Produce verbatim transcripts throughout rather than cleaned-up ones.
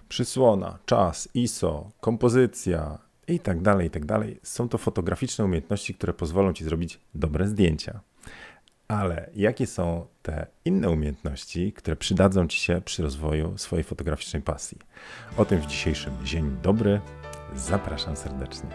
przysłona, czas, I S O, kompozycja i tak dalej, i tak dalej. Są to fotograficzne umiejętności, które pozwolą Ci zrobić dobre zdjęcia. Ale jakie są te inne umiejętności, które przydadzą Ci się przy rozwoju swojej fotograficznej pasji? O tym w dzisiejszym Dzień Dobry. Zapraszam serdecznie.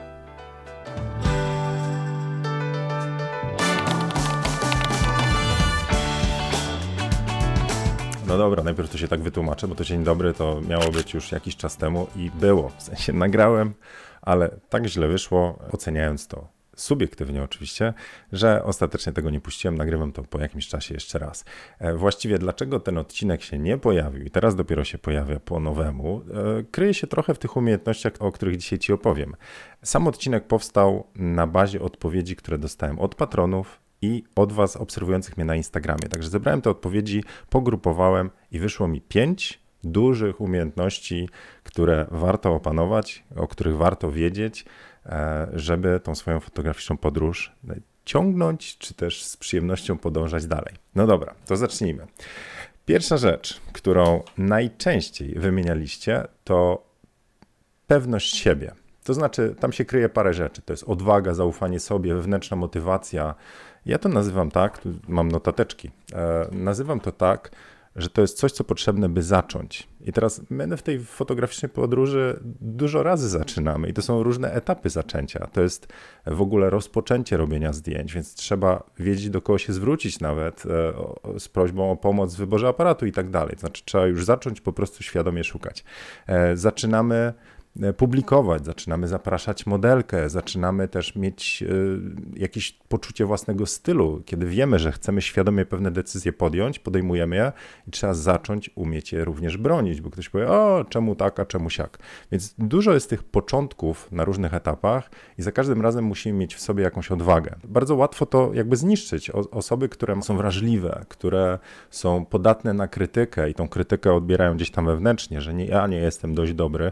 No dobra, najpierw to się tak wytłumaczę, bo to Dzień Dobry to miało być już jakiś czas temu i było. W sensie nagrałem, ale tak źle wyszło, oceniając to subiektywnie oczywiście, że ostatecznie tego nie puściłem, nagrywam to po jakimś czasie jeszcze raz. Właściwie dlaczego ten odcinek się nie pojawił i teraz dopiero się pojawia po nowemu, kryje się trochę w tych umiejętnościach, o których dzisiaj Ci opowiem. Sam odcinek powstał na bazie odpowiedzi, które dostałem od patronów i od Was obserwujących mnie na Instagramie. Także zebrałem te odpowiedzi, pogrupowałem i wyszło mi pięć dużych umiejętności, które warto opanować, o których warto wiedzieć, żeby tą swoją fotograficzną podróż ciągnąć, czy też z przyjemnością podążać dalej. No dobra, to zacznijmy. Pierwsza rzecz, którą najczęściej wymienialiście, to pewność siebie. To znaczy, tam się kryje parę rzeczy. To jest odwaga, zaufanie sobie, wewnętrzna motywacja. Ja to nazywam tak, tu mam notateczki, e, nazywam to tak, że to jest coś, co potrzebne, by zacząć. I teraz my w tej fotograficznej podróży dużo razy zaczynamy i to są różne etapy zaczęcia. To jest w ogóle rozpoczęcie robienia zdjęć, więc trzeba wiedzieć, do kogo się zwrócić nawet e, z prośbą o pomoc w wyborze aparatu i tak dalej. Znaczy trzeba już zacząć po prostu świadomie szukać. E, zaczynamy publikować, zaczynamy zapraszać modelkę, zaczynamy też mieć y, jakieś poczucie własnego stylu. Kiedy wiemy, że chcemy świadomie pewne decyzje podjąć, podejmujemy je i trzeba zacząć umieć je również bronić, bo ktoś powie, o, czemu tak, a czemu siak. Więc dużo jest tych początków na różnych etapach i za każdym razem musimy mieć w sobie jakąś odwagę. Bardzo łatwo to jakby zniszczyć. O, osoby, które są wrażliwe, które są podatne na krytykę i tą krytykę odbierają gdzieś tam wewnętrznie, że nie, ja nie jestem dość dobry,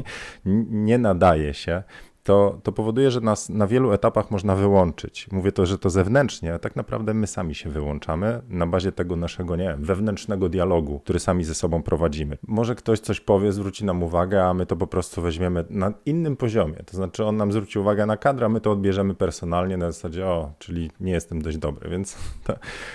nie nadaje się, to, to powoduje, że nas na wielu etapach można wyłączyć. Mówię to, że to zewnętrznie, a tak naprawdę my sami się wyłączamy na bazie tego naszego, nie wiem, wewnętrznego dialogu, który sami ze sobą prowadzimy. Może ktoś coś powie, zwróci nam uwagę, a my to po prostu weźmiemy na innym poziomie. To znaczy on nam zwróci uwagę na kadr, a my to odbierzemy personalnie na zasadzie, o, czyli nie jestem dość dobry, więc to,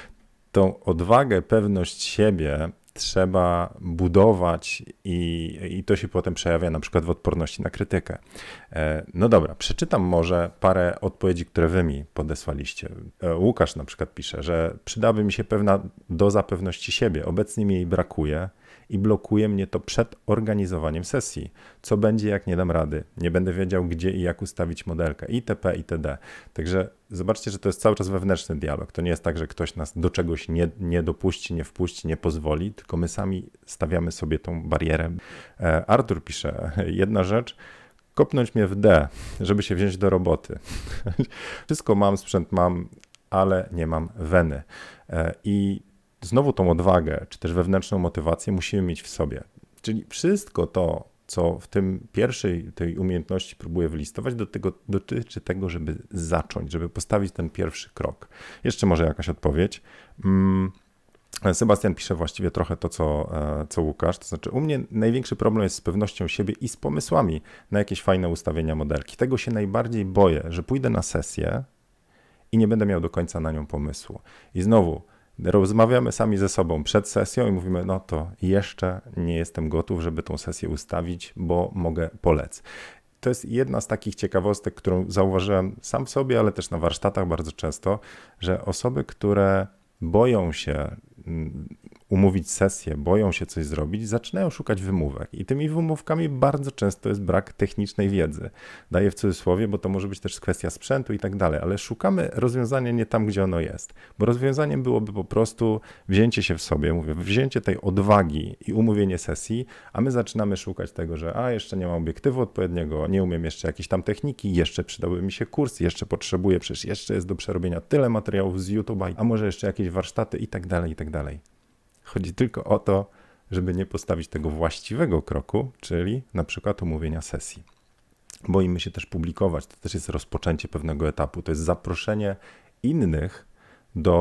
tą odwagę, pewność siebie trzeba budować i, i to się potem przejawia na przykład w odporności na krytykę. No dobra, przeczytam może parę odpowiedzi, które wy mi podesłaliście. Łukasz na przykład pisze, że przydałaby mi się pewna doza pewności siebie. Obecnie mi jej brakuje i blokuje mnie to przed organizowaniem sesji. Co będzie, jak nie dam rady? Nie będę wiedział, gdzie i jak ustawić modelkę itp. itd. Także zobaczcie, że to jest cały czas wewnętrzny dialog. To nie jest tak, że ktoś nas do czegoś nie, nie dopuści, nie wpuści, nie pozwoli, tylko my sami stawiamy sobie tą barierę. Artur pisze, jedna rzecz, kopnąć mnie w D, żeby się wziąć do roboty. Wszystko mam, sprzęt mam, ale nie mam weny. I znowu tą odwagę, czy też wewnętrzną motywację musimy mieć w sobie. Czyli wszystko to, co w tym pierwszej tej umiejętności próbuję wylistować, do tego, dotyczy tego, żeby zacząć, żeby postawić ten pierwszy krok. Jeszcze może jakaś odpowiedź. Sebastian pisze właściwie trochę to, co, co Łukasz. To znaczy u mnie największy problem jest z pewnością siebie i z pomysłami na jakieś fajne ustawienia modelki. Tego się najbardziej boję, że pójdę na sesję i nie będę miał do końca na nią pomysłu. I znowu rozmawiamy sami ze sobą przed sesją i mówimy, no to jeszcze nie jestem gotów, żeby tą sesję ustawić, bo mogę polec. To jest jedna z takich ciekawostek, którą zauważyłem sam w sobie, ale też na warsztatach bardzo często, że osoby, które boją się umówić sesję, boją się coś zrobić, zaczynają szukać wymówek i tymi wymówkami bardzo często jest brak technicznej wiedzy. Daję w cudzysłowie, bo to może być też kwestia sprzętu i tak dalej, ale szukamy rozwiązania nie tam, gdzie ono jest, bo rozwiązaniem byłoby po prostu wzięcie się w sobie, mówię, wzięcie tej odwagi i umówienie sesji, a my zaczynamy szukać tego, że a jeszcze nie mam obiektywu odpowiedniego, nie umiem jeszcze jakiejś tam techniki, jeszcze przydałby mi się kurs, jeszcze potrzebuję, przecież jeszcze jest do przerobienia tyle materiałów z YouTube'a, a może jeszcze jakieś warsztaty i tak dalej, i tak dalej. Chodzi tylko o to, żeby nie postawić tego właściwego kroku, czyli na przykład umówienia sesji. Boimy się też publikować, to też jest rozpoczęcie pewnego etapu, to jest zaproszenie innych do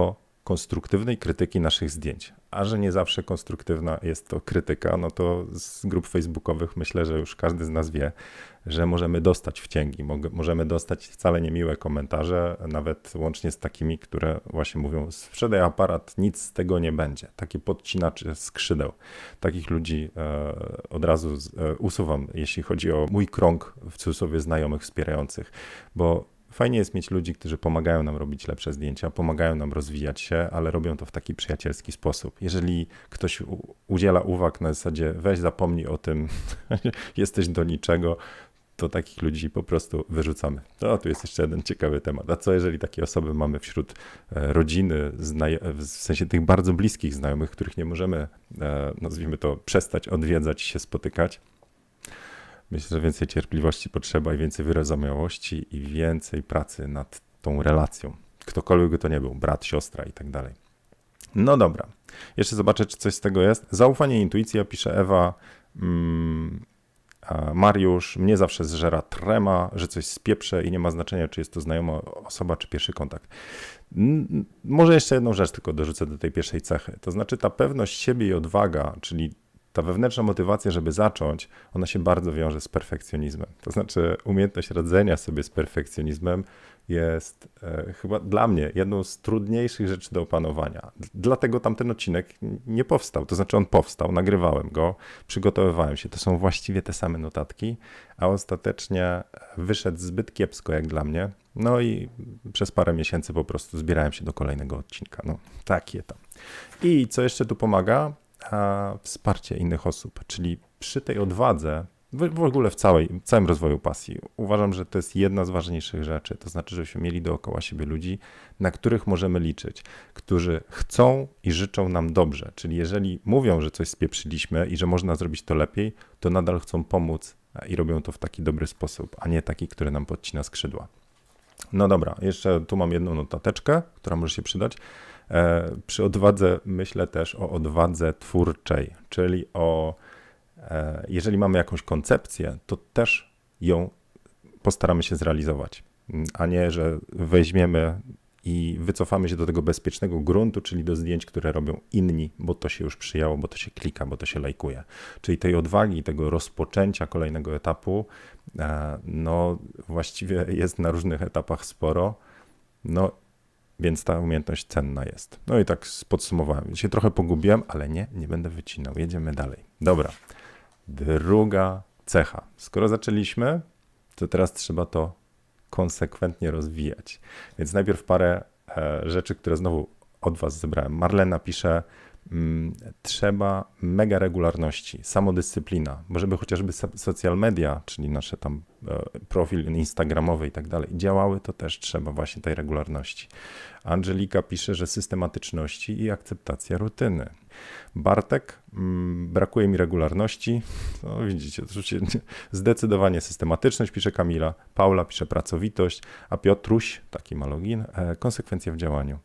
konstruktywnej krytyki naszych zdjęć. A że nie zawsze konstruktywna jest to krytyka, no to z grup facebookowych myślę, że już każdy z nas wie, że możemy dostać wcięgi, możemy dostać wcale niemiłe komentarze, nawet łącznie z takimi, które właśnie mówią: sprzedaj aparat, nic z tego nie będzie. Takie podcinacze skrzydeł. Takich ludzi e, od razu e, usuwam, jeśli chodzi o mój krąg w cudzysłowie znajomych wspierających, bo fajnie jest mieć ludzi, którzy pomagają nam robić lepsze zdjęcia, pomagają nam rozwijać się, ale robią to w taki przyjacielski sposób. Jeżeli ktoś u- udziela uwag na zasadzie weź zapomnij o tym, jesteś do niczego, to takich ludzi po prostu wyrzucamy. To tu jest jeszcze jeden ciekawy temat. A co jeżeli takie osoby mamy wśród e, rodziny, zna- w sensie tych bardzo bliskich znajomych, których nie możemy, e, nazwijmy to, przestać odwiedzać, się spotykać? Myślę, że więcej cierpliwości potrzeba i więcej wyrozumiałości i więcej pracy nad tą relacją. Ktokolwiek by to nie był, brat, siostra i tak dalej. No dobra, jeszcze zobaczę, czy coś z tego jest. Zaufanie i intuicja, pisze Ewa. Mm, a Mariusz, mnie zawsze zżera trema, że coś spieprzę i nie ma znaczenia, czy jest to znajoma osoba, czy pierwszy kontakt. N- może jeszcze jedną rzecz tylko dorzucę do tej pierwszej cechy. To znaczy ta pewność siebie i odwaga, czyli ta wewnętrzna motywacja, żeby zacząć, ona się bardzo wiąże z perfekcjonizmem. To znaczy umiejętność radzenia sobie z perfekcjonizmem jest e, chyba dla mnie jedną z trudniejszych rzeczy do opanowania. Dlatego tamten odcinek nie powstał. To znaczy on powstał, nagrywałem go, przygotowywałem się. To są właściwie te same notatki, a ostatecznie wyszedł zbyt kiepsko jak dla mnie. No i przez parę miesięcy po prostu zbierałem się do kolejnego odcinka. No takie tam. I co jeszcze tu pomaga? A wsparcie innych osób, czyli przy tej odwadze, w, w ogóle w całej, w całym rozwoju pasji, uważam, że to jest jedna z ważniejszych rzeczy, to znaczy, żebyśmy mieli dookoła siebie ludzi, na których możemy liczyć, którzy chcą i życzą nam dobrze, czyli jeżeli mówią, że coś spieprzyliśmy i że można zrobić to lepiej, to nadal chcą pomóc i robią to w taki dobry sposób, a nie taki, który nam podcina skrzydła. No dobra, jeszcze tu mam jedną notateczkę, która może się przydać. E, przy odwadze myślę też o odwadze twórczej, czyli o, e, jeżeli mamy jakąś koncepcję, to też ją postaramy się zrealizować, a nie, że weźmiemy i wycofamy się do tego bezpiecznego gruntu, czyli do zdjęć, które robią inni, bo to się już przyjęło, bo to się klika, bo to się lajkuje. Czyli tej odwagi, tego rozpoczęcia kolejnego etapu, e, no właściwie jest na różnych etapach sporo, no więc ta umiejętność cenna jest. No i tak podsumowałem. Się trochę pogubiłem, ale nie, nie będę wycinał. Jedziemy dalej. Dobra. Druga cecha. Skoro zaczęliśmy, to teraz trzeba to konsekwentnie rozwijać. Więc najpierw parę e, rzeczy, które znowu od was zebrałem. Marlena pisze, mm, trzeba mega regularności, samodyscyplina, bo żeby chociażby social media, czyli nasze tam e, profil instagramowy i tak dalej, działały, to też trzeba właśnie tej regularności. Angelika pisze, że systematyczności i akceptacja rutyny. Bartek, mm, brakuje mi regularności. No widzicie, oczywiście zdecydowanie systematyczność, pisze Kamila. Paula pisze pracowitość, a Piotruś, taki ma login, e, konsekwencja w działaniu.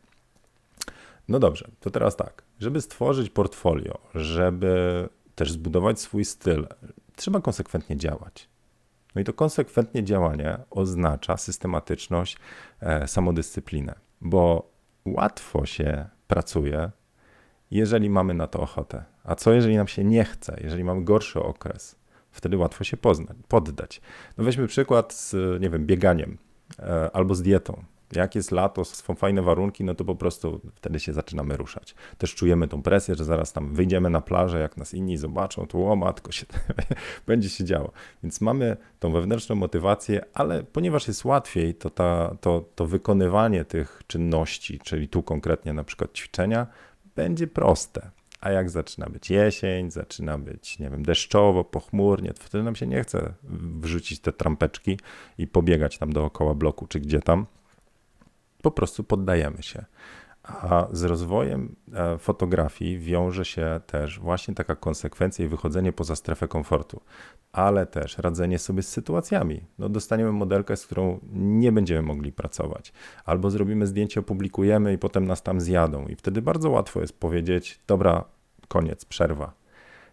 No dobrze, to teraz tak, żeby stworzyć portfolio, żeby też zbudować swój styl, trzeba konsekwentnie działać. No i to konsekwentnie działanie oznacza systematyczność, e, samodyscyplinę, bo łatwo się pracuje, jeżeli mamy na to ochotę. A co jeżeli nam się nie chce, jeżeli mamy gorszy okres? Wtedy łatwo się poznać, poddać. No weźmy przykład z, nie wiem, bieganiem e, albo z dietą. Jak jest lato, są fajne warunki, no to po prostu wtedy się zaczynamy ruszać. Też czujemy tą presję, że zaraz tam wyjdziemy na plażę, jak nas inni zobaczą, to o matko, się, będzie się działo. Więc mamy tą wewnętrzną motywację, ale ponieważ jest łatwiej, to, ta, to, to wykonywanie tych czynności, czyli tu konkretnie na przykład ćwiczenia, będzie proste. A jak zaczyna być jesień, zaczyna być, nie wiem, deszczowo, pochmurnie, to wtedy nam się nie chce wrzucić te trampeczki i pobiegać tam dookoła bloku, czy gdzie tam. Po prostu poddajemy się. A z rozwojem fotografii wiąże się też właśnie taka konsekwencja i wychodzenie poza strefę komfortu, ale też radzenie sobie z sytuacjami. No, dostaniemy modelkę, z którą nie będziemy mogli pracować, albo zrobimy zdjęcie, opublikujemy i potem nas tam zjadą i wtedy bardzo łatwo jest powiedzieć, dobra, koniec, przerwa.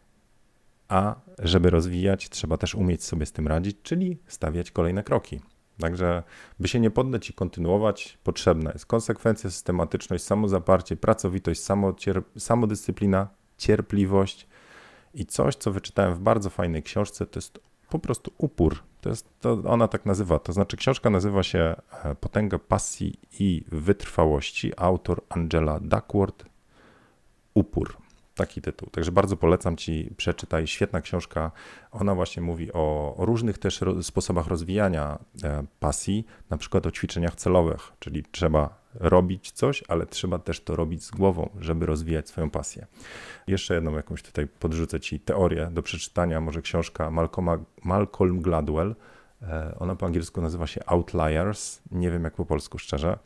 A żeby rozwijać, trzeba też umieć sobie z tym radzić, czyli stawiać kolejne kroki. Także by się nie poddać i kontynuować, potrzebna jest konsekwencja, systematyczność, samozaparcie, pracowitość, samocier- samodyscyplina, cierpliwość i coś, co wyczytałem w bardzo fajnej książce, to jest po prostu upór. To jest, to ona tak nazywa, to znaczy książka nazywa się Potęga pasji i wytrwałości, autor Angela Duckworth, Upór. Taki tytuł. Także bardzo polecam ci, przeczytaj. Świetna książka. Ona właśnie mówi o, o różnych też ro, sposobach rozwijania e, pasji, na przykład o ćwiczeniach celowych, czyli trzeba robić coś, ale trzeba też to robić z głową, żeby rozwijać swoją pasję. Jeszcze jedną jakąś tutaj podrzucę ci teorię do przeczytania, może książka Malcolma, Malcolm Gladwell. E, ona po angielsku nazywa się Outliers. Nie wiem jak po polsku, szczerze.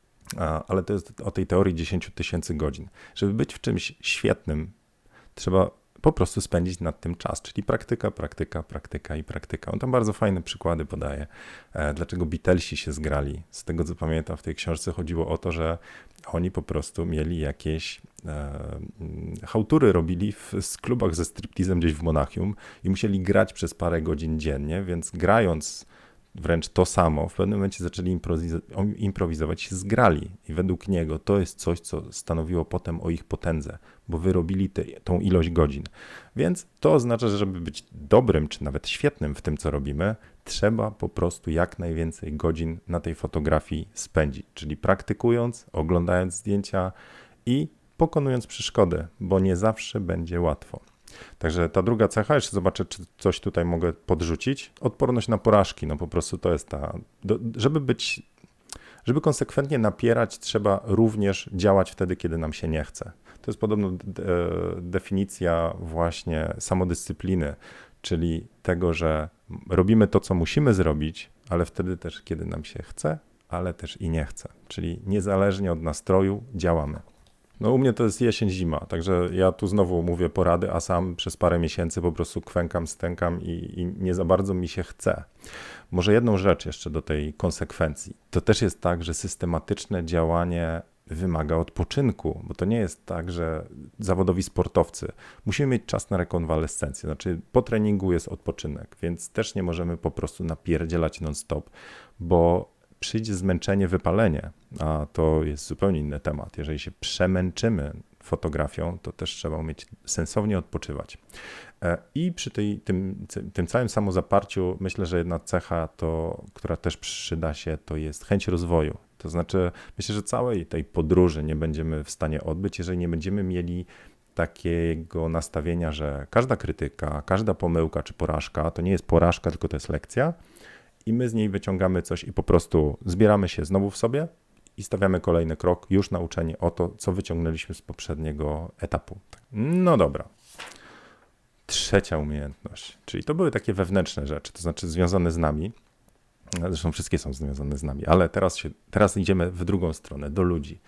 Ale to jest o tej teorii dziesięć tysięcy godzin. Żeby być w czymś świetnym, trzeba po prostu spędzić nad tym czas, czyli praktyka, praktyka, praktyka i praktyka. On tam bardzo fajne przykłady podaje, dlaczego Beatlesi się zgrali. Z tego co pamiętam w tej książce chodziło o to, że oni po prostu mieli jakieś e, chałtury robili w, w klubach ze striptizem gdzieś w Monachium i musieli grać przez parę godzin dziennie, więc grając wręcz to samo, w pewnym momencie zaczęli improwizować, się zgrali i według niego to jest coś, co stanowiło potem o ich potędze, bo wyrobili te, tą ilość godzin. Więc to oznacza, że żeby być dobrym, czy nawet świetnym w tym, co robimy, trzeba po prostu jak najwięcej godzin na tej fotografii spędzić, czyli praktykując, oglądając zdjęcia i pokonując przeszkody, bo nie zawsze będzie łatwo. Także ta druga cecha, jeszcze zobaczę, czy coś tutaj mogę podrzucić. Odporność na porażki, no po prostu to jest ta, do, żeby być, żeby konsekwentnie napierać, trzeba również działać wtedy, kiedy nam się nie chce. To jest podobno de, definicja właśnie samodyscypliny, czyli tego, że robimy to, co musimy zrobić, ale wtedy też, kiedy nam się chce, ale też i nie chce, czyli niezależnie od nastroju działamy. No u mnie to jest jesień, zima, także ja tu znowu mówię porady, a sam przez parę miesięcy po prostu kwękam, stękam i, i nie za bardzo mi się chce. Może jedną rzecz jeszcze do tej konsekwencji. To też jest tak, że systematyczne działanie wymaga odpoczynku, bo to nie jest tak, że zawodowi sportowcy musimy mieć czas na rekonwalescencję, znaczy po treningu jest odpoczynek, więc też nie możemy po prostu napierdzielać non-stop, bo przyjdzie zmęczenie, wypalenie, a to jest zupełnie inny temat. Jeżeli się przemęczymy fotografią, to też trzeba umieć sensownie odpoczywać. I przy tej, tym, tym całym samozaparciu myślę, że jedna cecha, to, która też przyda się, to jest chęć rozwoju. To znaczy myślę, że całej tej podróży nie będziemy w stanie odbyć, jeżeli nie będziemy mieli takiego nastawienia, że każda krytyka, każda pomyłka czy porażka to nie jest porażka, tylko to jest lekcja. I my z niej wyciągamy coś i po prostu zbieramy się znowu w sobie i stawiamy kolejny krok, już nauczeni o to, co wyciągnęliśmy z poprzedniego etapu. No dobra. Trzecia umiejętność, czyli to były takie wewnętrzne rzeczy, to znaczy związane z nami. Zresztą wszystkie są związane z nami, ale teraz, się, teraz idziemy w drugą stronę, do ludzi.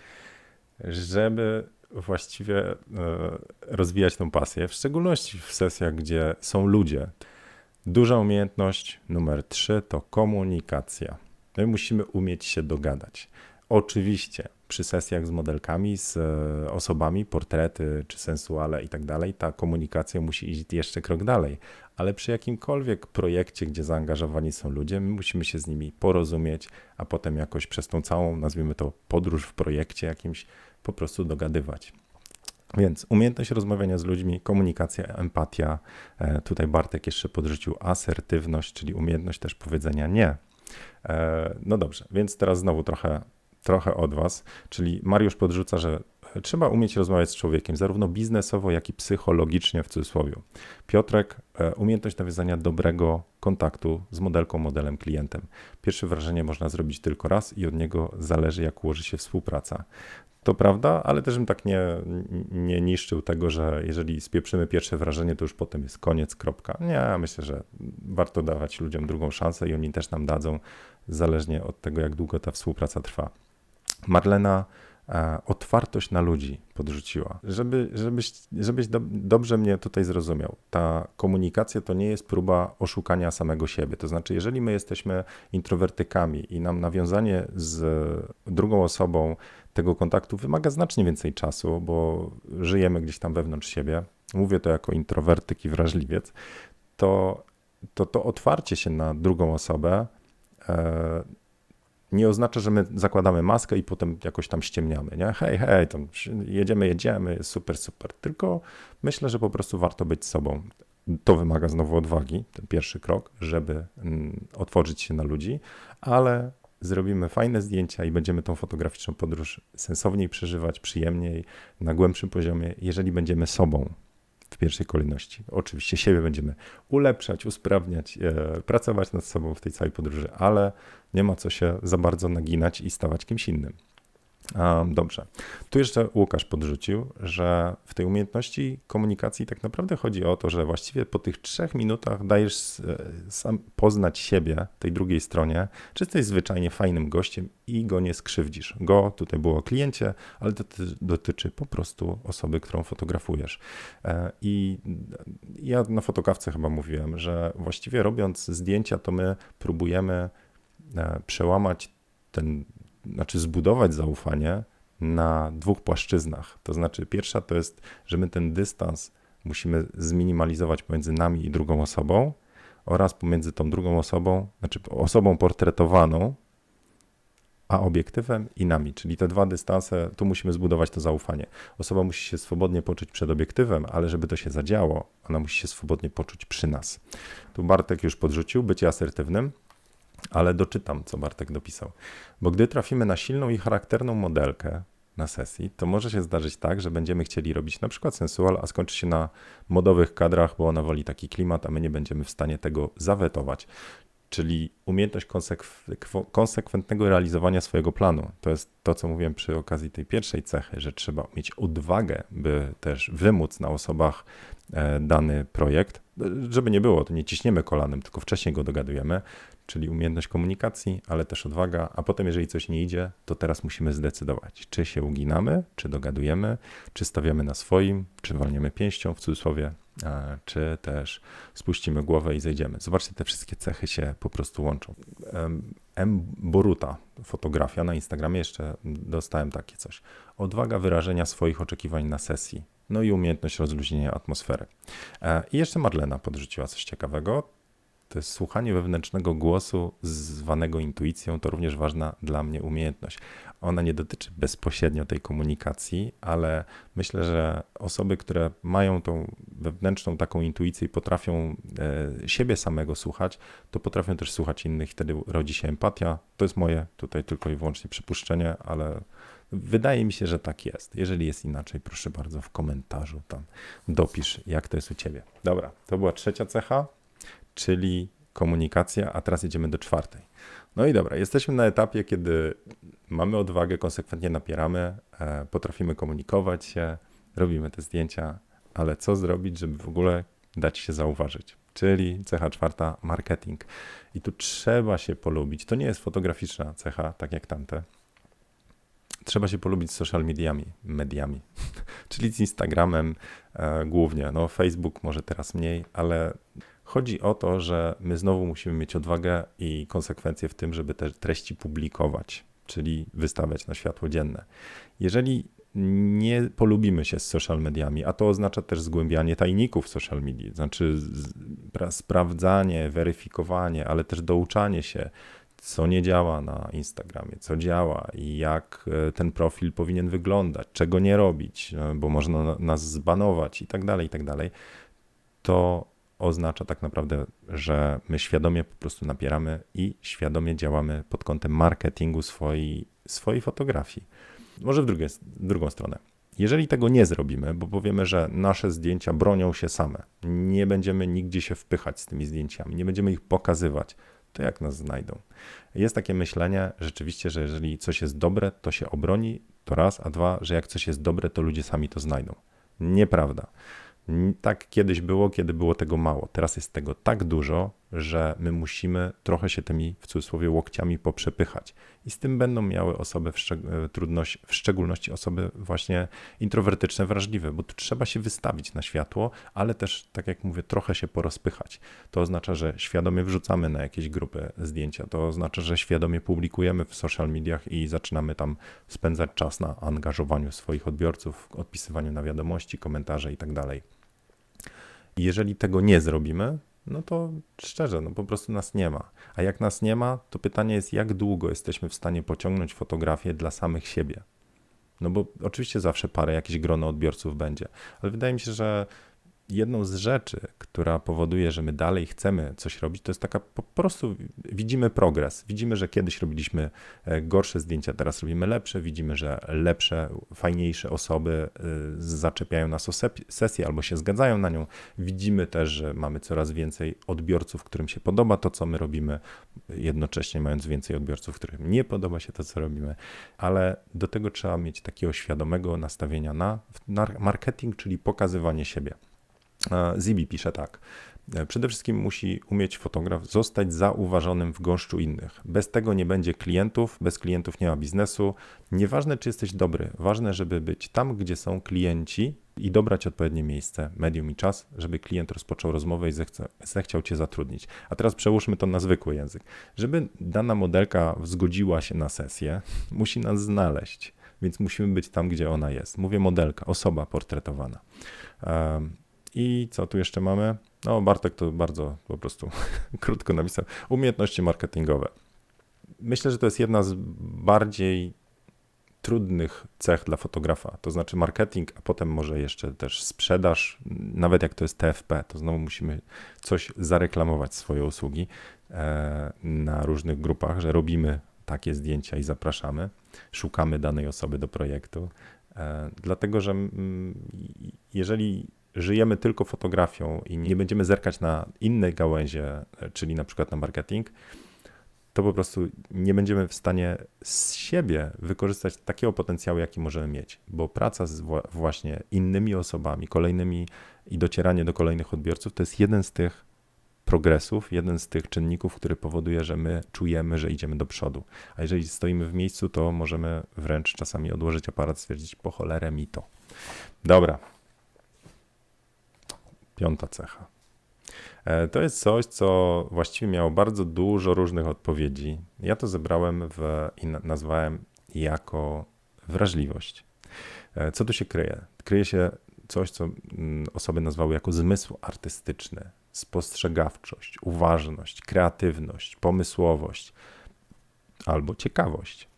Żeby właściwie rozwijać tą pasję, w szczególności w sesjach, gdzie są ludzie. Duża umiejętność numer trzy to komunikacja. My musimy umieć się dogadać. Oczywiście przy sesjach z modelkami, z osobami, portrety czy sensuale i tak dalej, ta komunikacja musi iść jeszcze krok dalej, ale przy jakimkolwiek projekcie, gdzie zaangażowani są ludzie, my musimy się z nimi porozumieć, a potem jakoś przez tą całą, nazwijmy to, podróż w projekcie jakimś po prostu dogadywać. Więc umiejętność rozmawiania z ludźmi, komunikacja, empatia. Tutaj Bartek jeszcze podrzucił asertywność, czyli umiejętność też powiedzenia nie. No dobrze, więc teraz znowu trochę, trochę od was, czyli Mariusz podrzuca, że trzeba umieć rozmawiać z człowiekiem, zarówno biznesowo, jak i psychologicznie w cudzysłowie. Piotrek, umiejętność nawiązania dobrego kontaktu z modelką, modelem, klientem. Pierwsze wrażenie można zrobić tylko raz i od niego zależy, jak ułoży się współpraca. To prawda, ale też bym tak nie, nie niszczył tego, że jeżeli spieprzymy pierwsze wrażenie, to już potem jest koniec, kropka. Nie, myślę, że warto dawać ludziom drugą szansę i oni też nam dadzą, zależnie od tego, jak długo ta współpraca trwa. Marlena e, otwartość na ludzi podrzuciła. Żeby, żebyś żebyś do, dobrze mnie tutaj zrozumiał, ta komunikacja to nie jest próba oszukania samego siebie. To znaczy, jeżeli my jesteśmy introwertykami i nam nawiązanie z drugą osobą tego kontaktu wymaga znacznie więcej czasu, bo żyjemy gdzieś tam wewnątrz siebie, mówię to jako introwertyk i wrażliwiec, to to, to otwarcie się na drugą osobę e, nie oznacza, że my zakładamy maskę i potem jakoś tam ściemniamy, nie? Hej, hej, tam jedziemy, jedziemy, super, super. Tylko myślę, że po prostu warto być sobą. To wymaga znowu odwagi, ten pierwszy krok, żeby mm, otworzyć się na ludzi, ale zrobimy fajne zdjęcia i będziemy tą fotograficzną podróż sensowniej przeżywać, przyjemniej, na głębszym poziomie, jeżeli będziemy sobą w pierwszej kolejności. Oczywiście siebie będziemy ulepszać, usprawniać, e, pracować nad sobą w tej całej podróży, ale nie ma co się za bardzo naginać i stawać kimś innym. A, dobrze. Tu jeszcze Łukasz podrzucił, że w tej umiejętności komunikacji tak naprawdę chodzi o to, że właściwie po tych trzech minutach dajesz e, sam poznać siebie tej drugiej stronie, czy jesteś zwyczajnie fajnym gościem i go nie skrzywdzisz. Go, tutaj było o kliencie, ale to dotyczy po prostu osoby, którą fotografujesz. E, I ja na fotokawce chyba mówiłem, że właściwie robiąc zdjęcia, to my próbujemy e, przełamać ten znaczy zbudować zaufanie na dwóch płaszczyznach. To znaczy pierwsza to jest, że my ten dystans musimy zminimalizować pomiędzy nami i drugą osobą oraz pomiędzy tą drugą osobą, znaczy osobą portretowaną, a obiektywem i nami. Czyli te dwa dystanse, tu musimy zbudować to zaufanie. Osoba musi się swobodnie poczuć przed obiektywem, ale żeby to się zadziało, ona musi się swobodnie poczuć przy nas. Tu Bartek już podrzucił, bycie asertywnym. Ale doczytam, co Bartek dopisał. Bo gdy trafimy na silną i charakterną modelkę na sesji, to może się zdarzyć tak, że będziemy chcieli robić na przykład sensual, a skończy się na modowych kadrach, bo ona woli taki klimat, a my nie będziemy w stanie tego zawetować. Czyli umiejętność konsekw- konsekwentnego realizowania swojego planu. To jest to, co mówiłem przy okazji tej pierwszej cechy, że trzeba mieć odwagę, by też wymóc na osobach dany projekt. Żeby nie było, to nie ciśniemy kolanem, tylko wcześniej go dogadujemy, czyli umiejętność komunikacji, ale też odwaga, a potem jeżeli coś nie idzie, to teraz musimy zdecydować, czy się uginamy, czy dogadujemy, czy stawiamy na swoim, czy walniemy pięścią w cudzysłowie, czy też spuścimy głowę i zejdziemy. Zobaczcie, te wszystkie cechy się po prostu łączą. M. Boruta, fotografia na Instagramie, jeszcze dostałem takie coś. Odwaga wyrażenia swoich oczekiwań na sesji, no i umiejętność rozluźnienia atmosfery. I jeszcze Marlena podrzuciła coś ciekawego. To jest słuchanie wewnętrznego głosu zwanego intuicją, to również ważna dla mnie umiejętność. Ona nie dotyczy bezpośrednio tej komunikacji, ale myślę, że osoby, które mają tą wewnętrzną taką intuicję i potrafią e, siebie samego słuchać, to potrafią też słuchać innych, wtedy rodzi się empatia. To jest moje tutaj tylko i wyłącznie przypuszczenie, ale wydaje mi się, że tak jest. Jeżeli jest inaczej, proszę bardzo w komentarzu tam dopisz, jak to jest u ciebie. Dobra, to była trzecia cecha, czyli komunikacja, a teraz jedziemy do czwartej. No i dobra, jesteśmy na etapie, kiedy mamy odwagę, konsekwentnie napieramy, e, potrafimy komunikować się, robimy te zdjęcia, ale co zrobić, żeby w ogóle dać się zauważyć? Czyli cecha czwarta, marketing. I tu trzeba się polubić. To nie jest fotograficzna cecha, tak jak tamte. Trzeba się polubić z social mediami, mediami, czyli z Instagramem e, głównie. No Facebook może teraz mniej, ale chodzi o to, że my znowu musimy mieć odwagę i konsekwencje w tym, żeby te treści publikować, czyli wystawiać na światło dzienne. Jeżeli nie polubimy się z social mediami, a to oznacza też zgłębianie tajników social media, znaczy sprawdzanie, weryfikowanie, ale też douczanie się, co nie działa na Instagramie, co działa i jak ten profil powinien wyglądać, czego nie robić, bo można nas zbanować i tak dalej, i tak dalej, to oznacza tak naprawdę, że my świadomie po prostu napieramy i świadomie działamy pod kątem marketingu swojej, swojej fotografii. Może w drugie, drugą stronę. Jeżeli tego nie zrobimy, bo powiemy, że nasze zdjęcia bronią się same, nie będziemy nigdzie się wpychać z tymi zdjęciami, nie będziemy ich pokazywać, to jak nas znajdą? Jest takie myślenie rzeczywiście, że jeżeli coś jest dobre, to się obroni, to raz, a dwa, że jak coś jest dobre, to ludzie sami to znajdą. Nieprawda. Tak kiedyś było, kiedy było tego mało. Teraz jest tego tak dużo, że my musimy trochę się tymi, w cudzysłowie, łokciami poprzepychać. I z tym będą miały osoby, w, szczeg- trudność, w szczególności osoby właśnie introwertyczne, wrażliwe, bo tu trzeba się wystawić na światło, ale też, tak jak mówię, trochę się porozpychać. To oznacza, że świadomie wrzucamy na jakieś grupy zdjęcia. To oznacza, że świadomie publikujemy w social mediach i zaczynamy tam spędzać czas na angażowaniu swoich odbiorców, odpisywaniu na wiadomości, komentarze i tak dalej. Jeżeli tego nie zrobimy, no to szczerze, no po prostu nas nie ma. A jak nas nie ma, to pytanie jest, jak długo jesteśmy w stanie pociągnąć fotografię dla samych siebie. No bo oczywiście zawsze parę, jakieś grono odbiorców będzie, ale wydaje mi się, że jedną z rzeczy, która powoduje, że my dalej chcemy coś robić, to jest taka po prostu widzimy progres. Widzimy, że kiedyś robiliśmy gorsze zdjęcia, teraz robimy lepsze. Widzimy, że lepsze, fajniejsze osoby zaczepiają nas o sesję albo się zgadzają na nią. Widzimy też, że mamy coraz więcej odbiorców, którym się podoba to, co my robimy, jednocześnie mając więcej odbiorców, którym nie podoba się to, co robimy. Ale do tego trzeba mieć takiego świadomego nastawienia na marketing, czyli pokazywanie siebie. Zibi pisze tak. Przede wszystkim musi umieć fotograf zostać zauważonym w gąszczu innych. Bez tego nie będzie klientów, bez klientów nie ma biznesu. Nieważne, czy jesteś dobry, ważne, żeby być tam, gdzie są klienci i dobrać odpowiednie miejsce, medium i czas, żeby klient rozpoczął rozmowę i zechce, zechciał cię zatrudnić. A teraz przełóżmy to na zwykły język. Żeby dana modelka zgodziła się na sesję, musi nas znaleźć, więc musimy być tam, gdzie ona jest. Mówię modelka, osoba portretowana. Um, I co tu jeszcze mamy? No, Bartek to bardzo po prostu krótko napisał. Umiejętności marketingowe. Myślę, że to jest jedna z bardziej trudnych cech dla fotografa. To znaczy marketing, a potem może jeszcze też sprzedaż. Nawet jak to jest T F P, to znowu musimy coś zareklamować, swoje usługi na różnych grupach, że robimy takie zdjęcia i zapraszamy. Szukamy danej osoby do projektu. Dlatego, że jeżeli żyjemy tylko fotografią i nie będziemy zerkać na inne gałęzie, czyli na przykład na marketing, to po prostu nie będziemy w stanie z siebie wykorzystać takiego potencjału, jaki możemy mieć, bo praca z właśnie innymi osobami, kolejnymi i docieranie do kolejnych odbiorców to jest jeden z tych progresów, jeden z tych czynników, który powoduje, że my czujemy, że idziemy do przodu. A jeżeli stoimy w miejscu, to możemy wręcz czasami odłożyć aparat, stwierdzić, po cholerę mi to. Dobra. Piąta cecha. To jest coś, co właściwie miało bardzo dużo różnych odpowiedzi. Ja to zebrałem w, i nazwałem jako wrażliwość. Co tu się kryje? Kryje się coś, co osoby nazwały jako zmysł artystyczny, spostrzegawczość, uważność, kreatywność, pomysłowość albo ciekawość.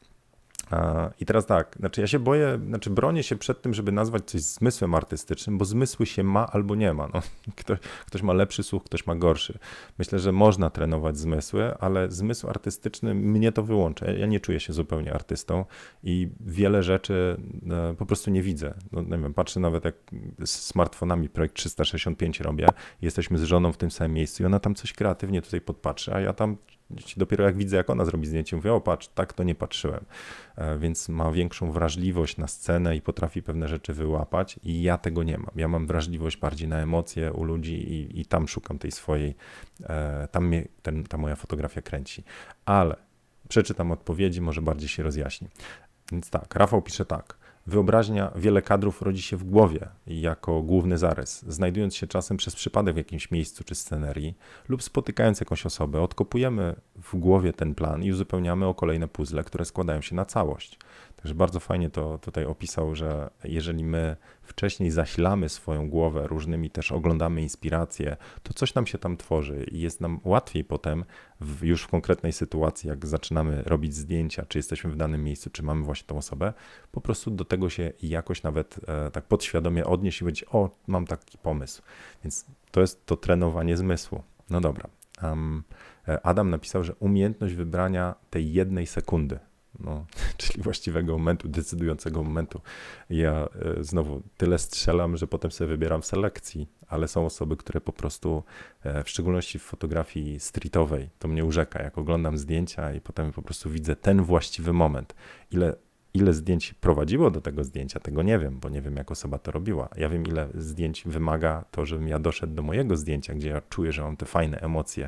I teraz tak, znaczy ja się boję, znaczy bronię się przed tym, żeby nazwać coś zmysłem artystycznym, bo zmysły się ma albo nie ma. No, ktoś, ktoś ma lepszy słuch, ktoś ma gorszy. Myślę, że można trenować zmysły, ale zmysł artystyczny mnie to wyłącza. Ja nie czuję się zupełnie artystą i wiele rzeczy po prostu nie widzę. No, nie wiem, patrzę nawet jak z smartfonami projekt trzysta sześćdziesiąt pięć robię, jesteśmy z żoną w tym samym miejscu i ona tam coś kreatywnie tutaj podpatrzy, a ja tam dopiero jak widzę, jak ona zrobi zdjęcie, mówię, o patrz, tak to nie patrzyłem. Więc ma większą wrażliwość na scenę i potrafi pewne rzeczy wyłapać i ja tego nie mam. Ja mam wrażliwość bardziej na emocje u ludzi i, i tam szukam tej swojej, tam mnie ten, ta moja fotografia kręci. Ale przeczytam odpowiedzi, może bardziej się rozjaśni. Więc tak, Rafał pisze tak. Wyobraźnia, wiele kadrów rodzi się w głowie jako główny zarys. Znajdując się czasem przez przypadek w jakimś miejscu czy scenerii lub spotykając jakąś osobę, odkopujemy w głowie ten plan i uzupełniamy o kolejne puzzle, które składają się na całość. Także bardzo fajnie to tutaj opisał, że jeżeli my wcześniej zasilamy swoją głowę różnymi, też oglądamy inspiracje, to coś nam się tam tworzy i jest nam łatwiej potem w, już w konkretnej sytuacji, jak zaczynamy robić zdjęcia, czy jesteśmy w danym miejscu, czy mamy właśnie tą osobę, po prostu do tego się jakoś nawet e, tak podświadomie odnieść i powiedzieć, o, mam taki pomysł. Więc to jest to trenowanie zmysłu. No dobra. Um, Adam napisał, że umiejętność wybrania tej jednej sekundy, no, czyli właściwego momentu, decydującego momentu. Ja e, znowu tyle strzelam, że potem sobie wybieram w selekcji, ale są osoby, które po prostu, e, w szczególności w fotografii streetowej, to mnie urzeka, jak oglądam zdjęcia i potem po prostu widzę ten właściwy moment. Ile Ile zdjęć prowadziło do tego zdjęcia, tego nie wiem, bo nie wiem, jak osoba to robiła. Ja wiem, ile zdjęć wymaga to, żebym ja doszedł do mojego zdjęcia, gdzie ja czuję, że mam te fajne emocje,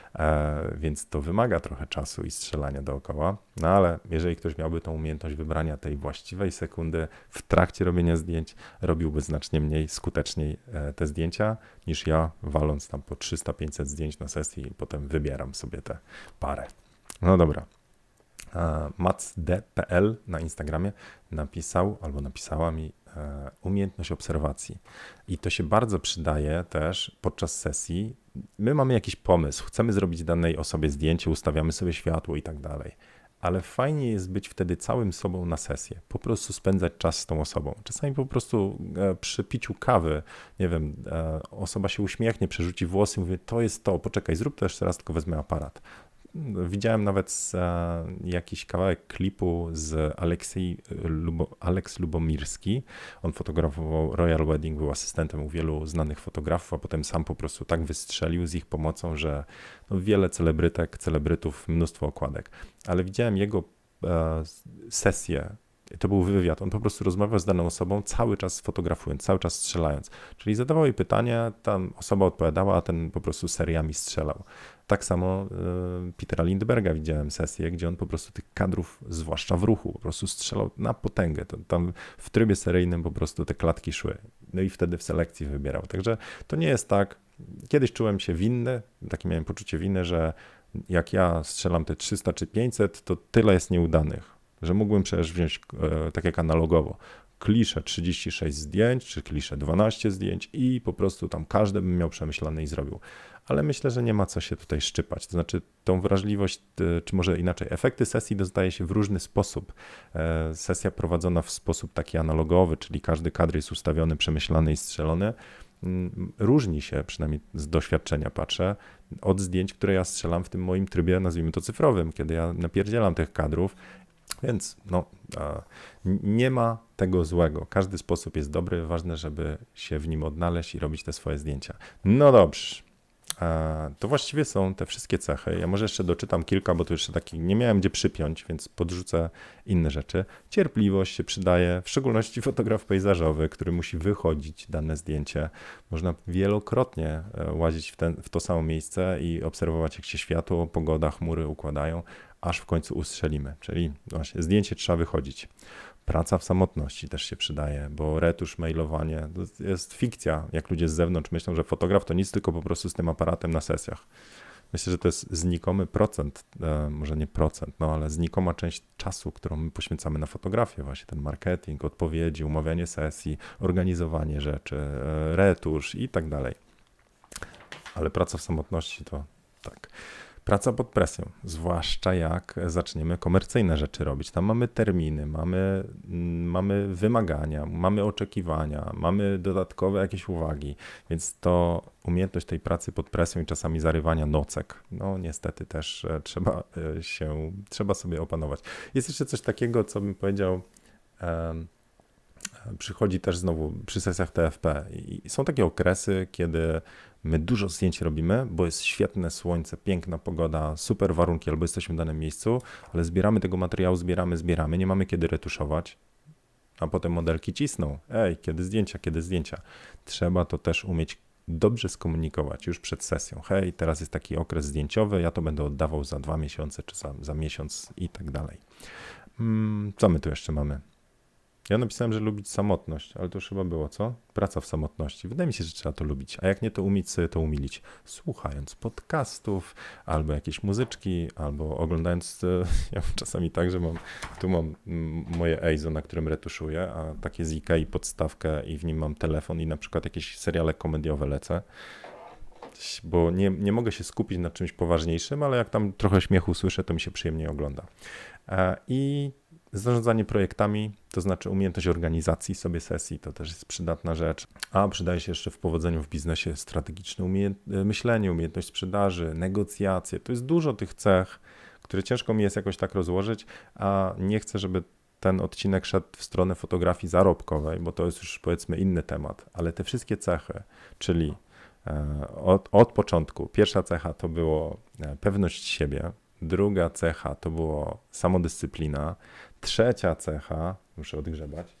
e, więc to wymaga trochę czasu i strzelania dookoła. No ale jeżeli ktoś miałby tą umiejętność wybrania tej właściwej sekundy w trakcie robienia zdjęć, robiłby znacznie mniej skuteczniej e, te zdjęcia, niż ja, waląc tam po trzysta pięćset zdjęć na sesji i potem wybieram sobie te parę. No dobra. Mac D P L na Instagramie napisał albo napisała mi, e, umiejętność obserwacji. I to się bardzo przydaje też podczas sesji. My mamy jakiś pomysł, chcemy zrobić danej osobie zdjęcie, ustawiamy sobie światło i tak dalej. Ale fajnie jest być wtedy całym sobą na sesję, po prostu spędzać czas z tą osobą. Czasami po prostu e, przy piciu kawy, nie wiem, e, osoba się uśmiechnie, przerzuci włosy i mówi, to jest to, poczekaj, zrób to jeszcze raz, tylko wezmę aparat. Widziałem nawet e, jakiś kawałek klipu z Aleksiej Lubo, Aleks Lubomirski. On fotografował Royal Wedding, był asystentem u wielu znanych fotografów, a potem sam po prostu tak wystrzelił z ich pomocą, że no, wiele celebrytek, celebrytów, mnóstwo okładek. Ale widziałem jego e, sesję. To był wywiad. On po prostu rozmawiał z daną osobą, cały czas fotografując, cały czas strzelając. Czyli zadawał jej pytania, tam osoba odpowiadała, a ten po prostu seriami strzelał. Tak samo y, Petera Lindberga widziałem sesję, gdzie on po prostu tych kadrów, zwłaszcza w ruchu, po prostu strzelał na potęgę. To, tam w trybie seryjnym po prostu te klatki szły. No i wtedy w selekcji wybierał. Także to nie jest tak. Kiedyś czułem się winny, takie miałem poczucie winy, że jak ja strzelam te trzysta czy pięćset, to tyle jest nieudanych, że mógłbym przecież wziąć e, tak jak analogowo kliszę trzydzieści sześć zdjęć, czy kliszę dwanaście zdjęć i po prostu tam każdy bym miał przemyślane i zrobił. Ale myślę, że nie ma co się tutaj szczypać. To znaczy tą wrażliwość, czy może inaczej, efekty sesji dostaje się w różny sposób. E, sesja prowadzona w sposób taki analogowy, czyli każdy kadr jest ustawiony, przemyślany i strzelony, różni się, przynajmniej z doświadczenia patrzę, od zdjęć, które ja strzelam w tym moim trybie, nazwijmy to cyfrowym, kiedy ja napierdzielam tych kadrów. Więc no, nie ma tego złego. Każdy sposób jest dobry, ważne, żeby się w nim odnaleźć i robić te swoje zdjęcia. No dobrze, to właściwie są te wszystkie cechy. Ja może jeszcze doczytam kilka, bo tu jeszcze taki nie miałem gdzie przypiąć, więc podrzucę inne rzeczy. Cierpliwość się przydaje, w szczególności fotograf pejzażowy, który musi wychodzić dane zdjęcie. Można wielokrotnie łazić w, ten, w to samo miejsce i obserwować, jak się światło, pogoda, chmury układają, aż w końcu ustrzelimy. Czyli właśnie zdjęcie trzeba wychodzić. Praca w samotności też się przydaje, bo retusz, mailowanie to jest fikcja. Jak ludzie z zewnątrz myślą, że fotograf to nic, tylko po prostu z tym aparatem na sesjach. Myślę, że to jest znikomy procent, e, może nie procent, no ale znikoma część czasu, którą my poświęcamy na fotografię, właśnie ten marketing, odpowiedzi, umawianie sesji, organizowanie rzeczy, e, retusz i tak dalej. Ale praca w samotności to tak. Praca pod presją, zwłaszcza jak zaczniemy komercyjne rzeczy robić. Tam mamy terminy, mamy, mamy wymagania, mamy oczekiwania, mamy dodatkowe jakieś uwagi, więc to umiejętność tej pracy pod presją i czasami zarywania nocek, no niestety też trzeba się, trzeba sobie opanować. Jest jeszcze coś takiego, co bym powiedział, um, przychodzi też znowu przy sesjach T F P i są takie okresy, kiedy my dużo zdjęć robimy, bo jest świetne słońce, piękna pogoda, super warunki, albo jesteśmy w danym miejscu, ale zbieramy tego materiału, zbieramy, zbieramy, nie mamy kiedy retuszować, a potem modelki cisną. Ej, kiedy zdjęcia, kiedy zdjęcia. Trzeba to też umieć dobrze skomunikować już przed sesją. Hej, teraz jest taki okres zdjęciowy, ja to będę oddawał za dwa miesiące, czy za, za miesiąc i tak dalej. Co my tu jeszcze mamy? Ja napisałem, że lubić samotność, ale to już chyba było, co? Praca w samotności. Wydaje mi się, że trzeba to lubić, a jak nie to umieć sobie to umilić, słuchając podcastów, albo jakieś muzyczki, albo oglądając, ja mam czasami tak, że mam, tu mam moje Eizo, na którym retuszuję, a takie z Ikei podstawkę i w nim mam telefon i na przykład jakieś seriale komediowe lecę, bo nie, nie mogę się skupić na czymś poważniejszym, ale jak tam trochę śmiechu słyszę, to mi się przyjemnie ogląda. I zarządzanie projektami, to znaczy umiejętność organizacji sobie sesji, to też jest przydatna rzecz. A przydaje się jeszcze w powodzeniu w biznesie strategiczne umiejęt- myślenie, umiejętność sprzedaży, negocjacje. To jest dużo tych cech, które ciężko mi jest jakoś tak rozłożyć, a nie chcę, żeby ten odcinek szedł w stronę fotografii zarobkowej, bo to jest już powiedzmy inny temat, ale te wszystkie cechy, czyli od, od początku, pierwsza cecha to było pewność siebie, druga cecha to było samodyscyplina, trzecia cecha, muszę odgrzebać,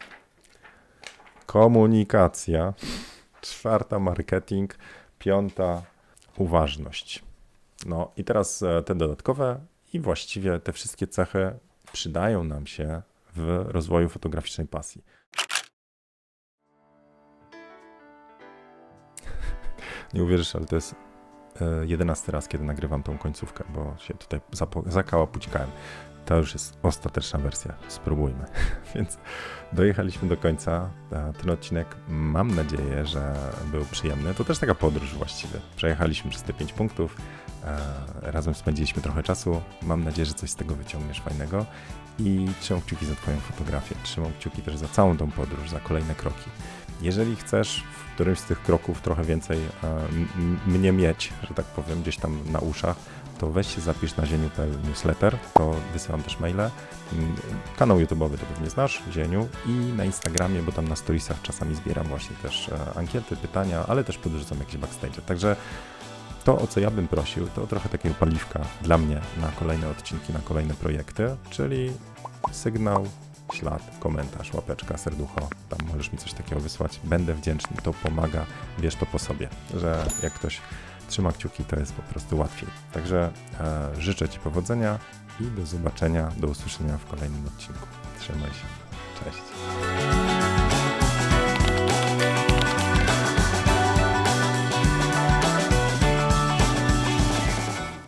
komunikacja, czwarta marketing, piąta uważność. No i teraz te dodatkowe i właściwie te wszystkie cechy przydają nam się w rozwoju fotograficznej pasji. Nie uwierzysz, ale to jest jedenasty raz, kiedy nagrywam tą końcówkę, bo się tutaj zapo- zakałapućkałem. To już jest ostateczna wersja. Spróbujmy. Więc dojechaliśmy do końca. Ten odcinek, mam nadzieję, że był przyjemny. To też taka podróż właściwie. Przejechaliśmy przez te pięć punktów. Razem spędziliśmy trochę czasu. Mam nadzieję, że coś z tego wyciągniesz fajnego. I trzymam kciuki za twoją fotografię. Trzymam kciuki też za całą tą podróż, za kolejne kroki. Jeżeli chcesz w którymś z tych kroków trochę więcej m- mnie mieć, że tak powiem, gdzieś tam na uszach, to weź się zapisz na zieniu kropka p l newsletter, to wysyłam też maile. Kanał YouTube'owy to pewnie znasz, Zieniu, i na Instagramie, bo tam na storiesach czasami zbieram właśnie też ankiety, pytania, ale też podrzucam jakieś backstage. Także to, o co ja bym prosił, to trochę takiego paliwka dla mnie na kolejne odcinki, na kolejne projekty, czyli sygnał, ślad, komentarz, łapeczka, serducho, tam możesz mi coś takiego wysłać. Będę wdzięczny, to pomaga, wiesz to po sobie, że jak ktoś trzyma kciuki, to jest po prostu łatwiej. Także e, życzę Ci powodzenia i do zobaczenia, do usłyszenia w kolejnym odcinku. Trzymaj się. Cześć.